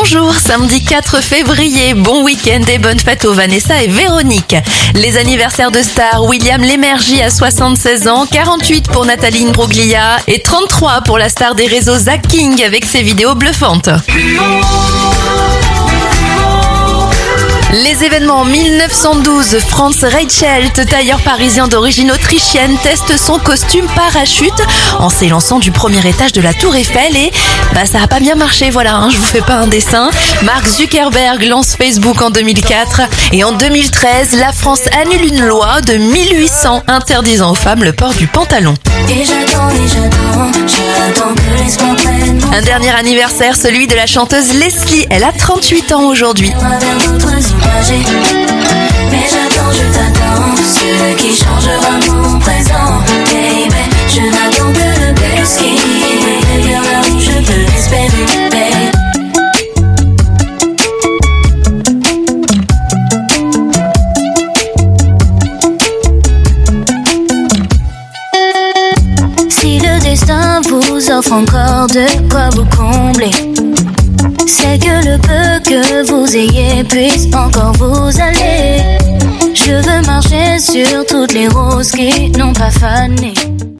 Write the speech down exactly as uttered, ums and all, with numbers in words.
Bonjour, samedi quatre février, bon week-end et bonne fête aux Vanessa et Véronique. Les anniversaires de stars, William Lémergie à soixante-seize ans, quarante-huit pour Nathalie Imbruglia et trente-trois pour la star des réseaux Zach King avec ses vidéos bluffantes. Les événements mille neuf cent douze, Franz Reichelt, tailleur parisien d'origine autrichienne, teste son costume parachute en s'élançant du premier étage de la Tour Eiffel et bah ça a pas bien marché, voilà, hein, je vous fais pas un dessin. Mark Zuckerberg lance Facebook en deux mille quatre et en deux mille treize, la France annule une loi de mille huit cents interdisant aux femmes le port du pantalon. Et j'attends, et j'attends, j'attends que l'espoir prenne. Un dernier anniversaire, celui de la chanteuse Leslie, elle a trente-huit ans aujourd'hui. Mais j'attends, je t'attends, ce qui changera mon présent. Baby, je n'attends que le best qui est bien là où je peux l'espérer, baby. Si le destin vous offre encore de quoi vous combler, c'est que le peu que vous ayez puisse encore vous aller. Je veux marcher sur toutes les roses qui n'ont pas fané.